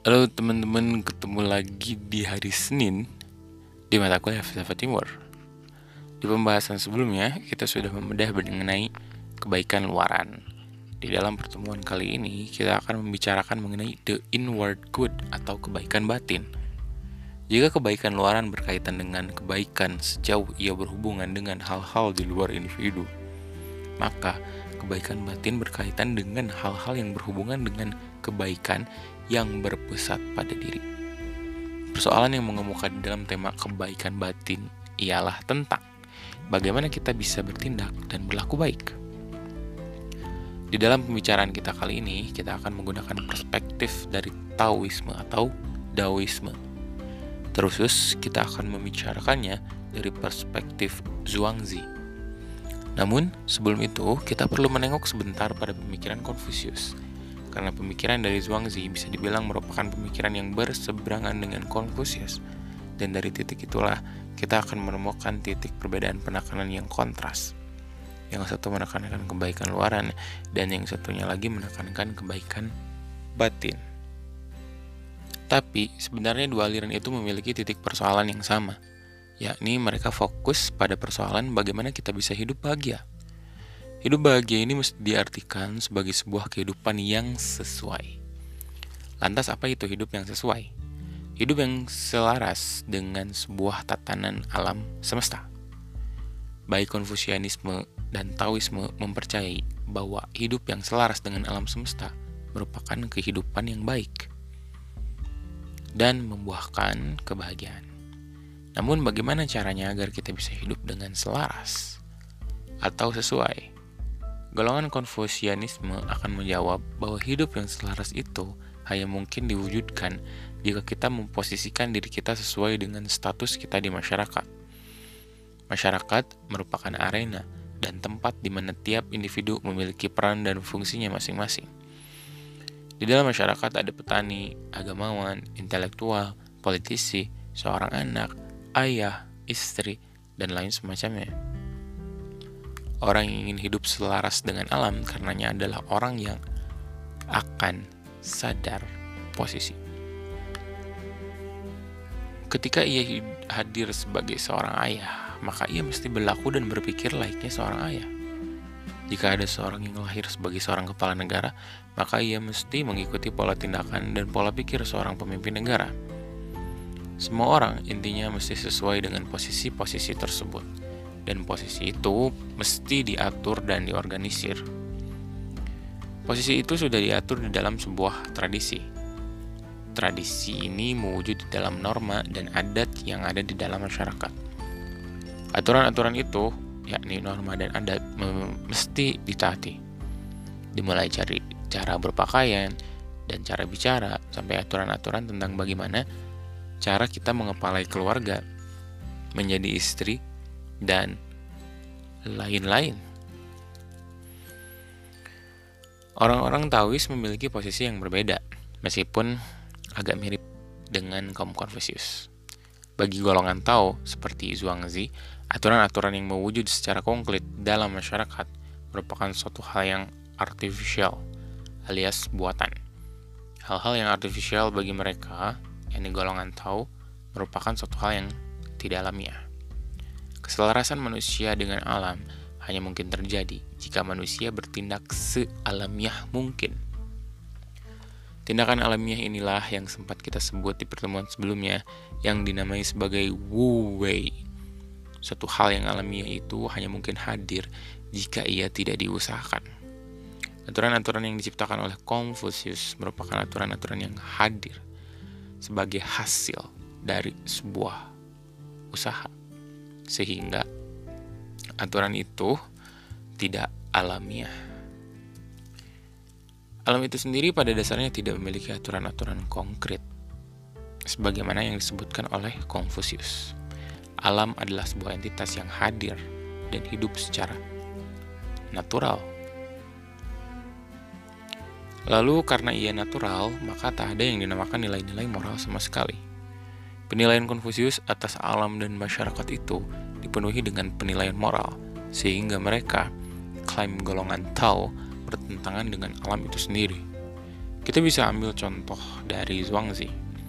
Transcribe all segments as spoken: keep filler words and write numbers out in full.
Halo teman-teman, ketemu lagi di hari Senin di mata kuliah Filsafat Timur. Di pembahasan sebelumnya, kita sudah membedah mengenai kebaikan luaran. Di dalam pertemuan kali ini, kita akan membicarakan mengenai the inward good atau kebaikan batin. Jika kebaikan luaran berkaitan dengan kebaikan sejauh ia berhubungan dengan hal-hal di luar individu, maka kebaikan batin berkaitan dengan hal-hal yang berhubungan dengan kebaikan yang berpusat pada diri. Persoalan yang mengemuka di dalam tema kebaikan batin ialah tentang bagaimana kita bisa bertindak dan berlaku baik. Di dalam pembicaraan kita kali ini, kita akan menggunakan perspektif dari Taoisme atau Daoisme. Terus kita akan membicarakannya dari perspektif Zhuangzi. Namun, sebelum itu, kita perlu menengok sebentar pada pemikiran Konfusius. Karena pemikiran dari Zhuangzi bisa dibilang merupakan pemikiran yang berseberangan dengan Konfusius. Dan dari titik itulah, kita akan menemukan titik perbedaan penekanan yang kontras. Yang satu menekankan kebaikan luaran, dan yang satunya lagi menekankan kebaikan batin. Tapi, sebenarnya dua aliran itu memiliki titik persoalan yang sama, yakni mereka fokus pada persoalan bagaimana kita bisa hidup bahagia. Hidup bahagia ini mesti diartikan sebagai sebuah kehidupan yang sesuai. Lantas apa itu hidup yang sesuai? Hidup yang selaras dengan sebuah tatanan alam semesta. Baik Konfusianisme dan Taoisme mempercayai bahwa hidup yang selaras dengan alam semesta merupakan kehidupan yang baik dan membuahkan kebahagiaan. Namun bagaimana caranya agar kita bisa hidup dengan selaras atau sesuai? Golongan Konfusianisme akan menjawab bahwa hidup yang selaras itu hanya mungkin diwujudkan jika kita memposisikan diri kita sesuai dengan status kita di masyarakat. Masyarakat merupakan arena dan tempat di mana tiap individu memiliki peran dan fungsinya masing-masing. Di dalam masyarakat ada petani, agamawan, intelektual, politisi, seorang anak, ayah, istri, dan lain semacamnya. Orang yang ingin hidup selaras dengan alam karenanya adalah orang yang akan sadar posisi. Ketika ia hadir sebagai seorang ayah, maka ia mesti berlaku dan berpikir layaknya seorang ayah. Jika ada seorang yang lahir sebagai seorang kepala negara, maka ia mesti mengikuti pola tindakan dan pola pikir seorang pemimpin negara. Semua orang intinya mesti sesuai dengan posisi-posisi tersebut. Dan posisi itu mesti diatur dan diorganisir. Posisi itu sudah diatur di dalam sebuah tradisi. Tradisi ini mewujud di dalam norma dan adat yang ada di dalam masyarakat. Aturan-aturan itu, yakni norma dan adat, mesti ditaati. Dimulai dari cara berpakaian dan cara bicara, sampai aturan-aturan tentang bagaimana cara kita mengepalai keluarga, menjadi istri, dan lain-lain. Orang-orang Taois memiliki posisi yang berbeda, meskipun agak mirip dengan kaum Konfusius. Bagi golongan Tao, seperti Zhuangzi, aturan-aturan yang mewujud secara konkret dalam masyarakat merupakan suatu hal yang artificial, alias buatan. Hal-hal yang artificial bagi mereka, yakni golongan Tao, merupakan suatu hal yang tidak alamiah. Keselarasan manusia dengan alam hanya mungkin terjadi jika manusia bertindak sealamiah mungkin. Tindakan alamiah inilah yang sempat kita sebut di pertemuan sebelumnya yang dinamai sebagai Wu Wei. Suatu hal yang alamiah itu hanya mungkin hadir jika ia tidak diusahakan. Aturan-aturan yang diciptakan oleh Konfusius merupakan aturan-aturan yang hadir sebagai hasil dari sebuah usaha. Sehingga aturan itu tidak alamiah. Alam itu sendiri pada dasarnya tidak memiliki aturan-aturan konkret, sebagaimana yang disebutkan oleh Konfusius. Alam adalah sebuah entitas yang hadir dan hidup secara natural. Lalu karena ia natural, maka tak ada yang dinamakan nilai-nilai moral sama sekali. Penilaian Konfusius atas alam dan masyarakat itu dipenuhi dengan penilaian moral, sehingga mereka, klaim golongan Tao, bertentangan dengan alam itu sendiri. Kita bisa ambil contoh dari Zhuangzi.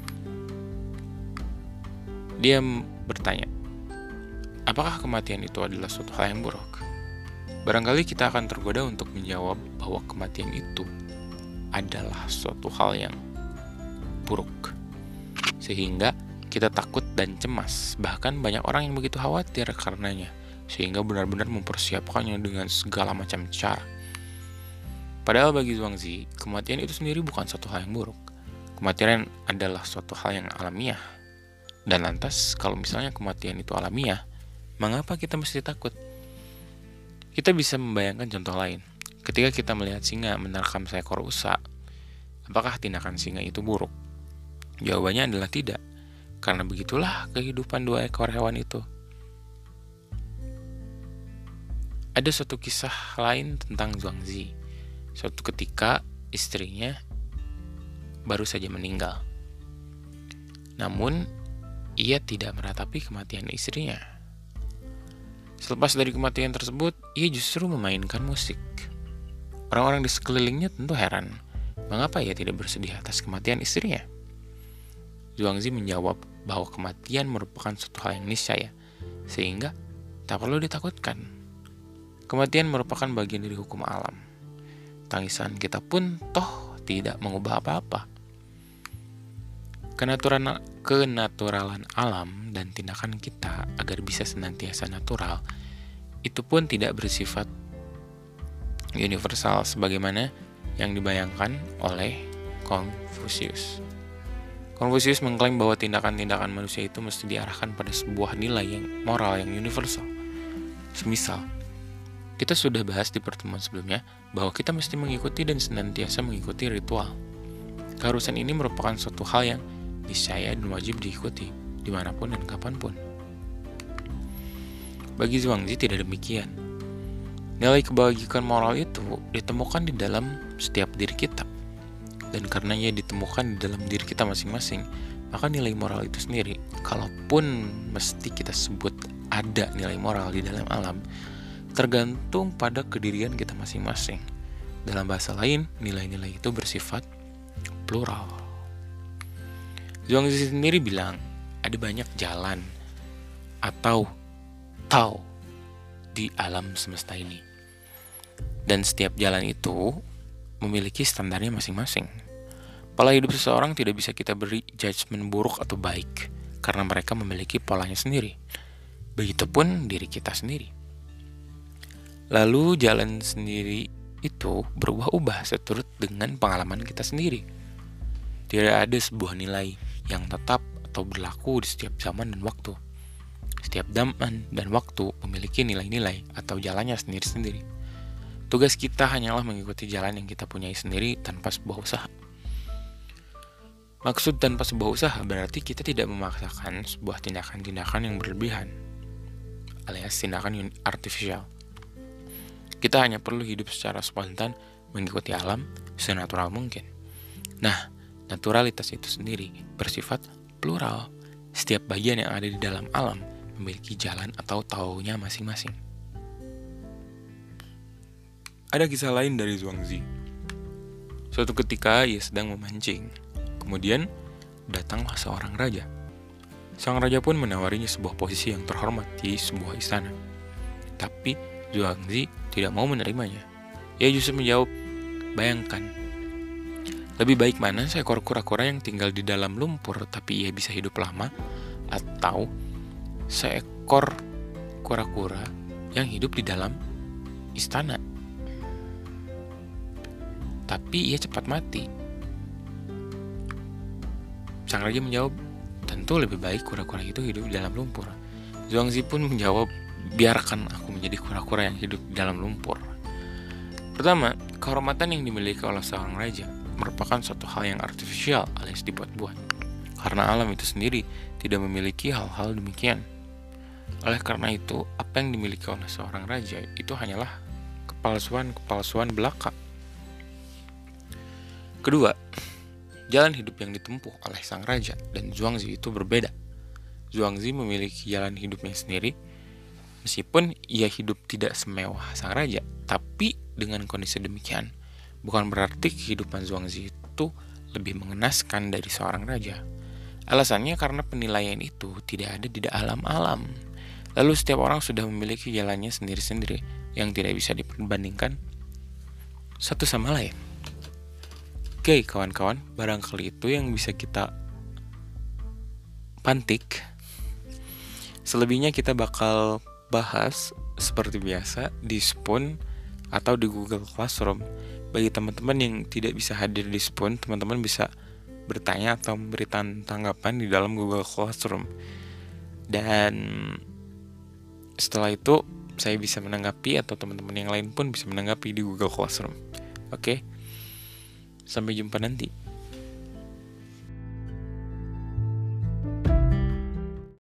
Dia bertanya, apakah kematian itu adalah suatu hal yang buruk? Barangkali kita akan tergoda untuk menjawab bahwa kematian itu adalah suatu hal yang buruk, sehingga kita takut dan cemas. Bahkan banyak orang yang begitu khawatir karenanya, sehingga benar-benar mempersiapkannya dengan segala macam cara. Padahal bagi Zhuangzi, kematian itu sendiri bukan suatu hal yang buruk. Kematian adalah suatu hal yang alamiah. Dan lantas, kalau misalnya kematian itu alamiah, mengapa kita mesti takut? Kita bisa membayangkan contoh lain. Ketika kita melihat singa menerkam seekor usa, apakah tindakan singa itu buruk? Jawabannya adalah tidak, karena begitulah kehidupan dua ekor hewan itu. Ada suatu kisah lain tentang Zhuangzi. Suatu ketika istrinya baru saja meninggal. Namun ia tidak meratapi kematian istrinya. Selepas dari kematian tersebut, ia justru memainkan musik. Orang-orang di sekelilingnya tentu heran, mengapa ia tidak bersedih atas kematian istrinya? Zhuangzi menjawab bahwa kematian merupakan suatu hal yang niscaya, sehingga tak perlu ditakutkan. Kematian merupakan bagian dari hukum alam. Tangisan kita pun toh tidak mengubah apa-apa. Kenaturalan, kenaturalan alam dan tindakan kita agar bisa senantiasa natural itu pun tidak bersifat universal sebagaimana yang dibayangkan oleh Confucius. Confucius mengklaim bahwa tindakan-tindakan manusia itu mesti diarahkan pada sebuah nilai yang moral yang universal. Semisal, kita sudah bahas di pertemuan sebelumnya bahwa kita mesti mengikuti dan senantiasa mengikuti ritual. Keharusan ini merupakan suatu hal yang niscaya dan wajib diikuti dimanapun dan kapanpun. Bagi Zhuangzi tidak demikian. Nilai kebajikan moral itu ditemukan di dalam setiap diri kita. Dan karena ia ditemukan di dalam diri kita masing-masing, maka nilai moral itu sendiri, kalaupun mesti kita sebut ada nilai moral di dalam alam, tergantung pada kedirian kita masing-masing. Dalam bahasa lain, nilai-nilai itu bersifat plural. Zhuangzi sendiri bilang, ada banyak jalan atau tao di alam semesta ini. Dan setiap jalan itu memiliki standarnya masing-masing. Pola hidup seseorang tidak bisa kita beri judgement buruk atau baik, karena mereka memiliki polanya sendiri. Begitupun diri kita sendiri. Lalu jalan sendiri itu berubah-ubah seturut dengan pengalaman kita sendiri. Tidak ada sebuah nilai yang tetap atau berlaku di setiap zaman dan waktu. Setiap zaman dan waktu memiliki nilai-nilai atau jalannya sendiri-sendiri. Tugas kita hanyalah mengikuti jalan yang kita punyai sendiri tanpa sebuah usaha. Maksud tanpa sebuah usaha berarti kita tidak memaksakan sebuah tindakan-tindakan yang berlebihan, alias tindakan artifisial. Kita hanya perlu hidup secara spontan, mengikuti alam senatural mungkin. Nah, naturalitas itu sendiri bersifat plural. Setiap bagian yang ada di dalam alam memiliki jalan atau taunya masing-masing. Ada kisah lain dari Zhuangzi. Suatu ketika ia sedang memancing. Kemudian datanglah seorang raja. Sang raja pun menawarinya sebuah posisi yang terhormat di sebuah istana. Tapi Zhuangzi tidak mau menerimanya. Ia justru menjawab, bayangkan, lebih baik mana seekor kura-kura yang tinggal di dalam lumpur tapi ia bisa hidup lama, atau seekor kura-kura yang hidup di dalam istana tapi ia cepat mati. Sang raja menjawab, tentu lebih baik kura-kura itu hidup di dalam lumpur. Zhuangzi pun menjawab, biarkan aku menjadi kura-kura yang hidup di dalam lumpur. Pertama, kehormatan yang dimiliki oleh seorang raja merupakan suatu hal yang artifisial alias dibuat-buat. Karena alam itu sendiri tidak memiliki hal-hal demikian. Oleh karena itu, apa yang dimiliki oleh seorang raja itu hanyalah kepalsuan-kepalsuan belaka. Kedua, jalan hidup yang ditempuh oleh sang raja dan Zhuangzi itu berbeda. Zhuangzi memiliki jalan hidupnya sendiri, meskipun ia hidup tidak semewah sang raja, tapi dengan kondisi demikian, bukan berarti kehidupan Zhuangzi itu lebih mengenaskan dari seorang raja. Alasannya karena penilaian itu tidak ada di dalam alam. Lalu setiap orang sudah memiliki jalannya sendiri-sendiri yang tidak bisa diperbandingkan satu sama lain. Oke kawan-kawan, barangkali itu yang bisa kita pantik. Selebihnya kita bakal bahas seperti biasa di Spoon atau di Google Classroom. Bagi teman-teman yang tidak bisa hadir di Spoon, teman-teman bisa bertanya atau memberikan tanggapan di dalam Google Classroom. Dan setelah itu saya bisa menanggapi atau teman-teman yang lain pun bisa menanggapi di Google Classroom. Oke, sampai jumpa nanti.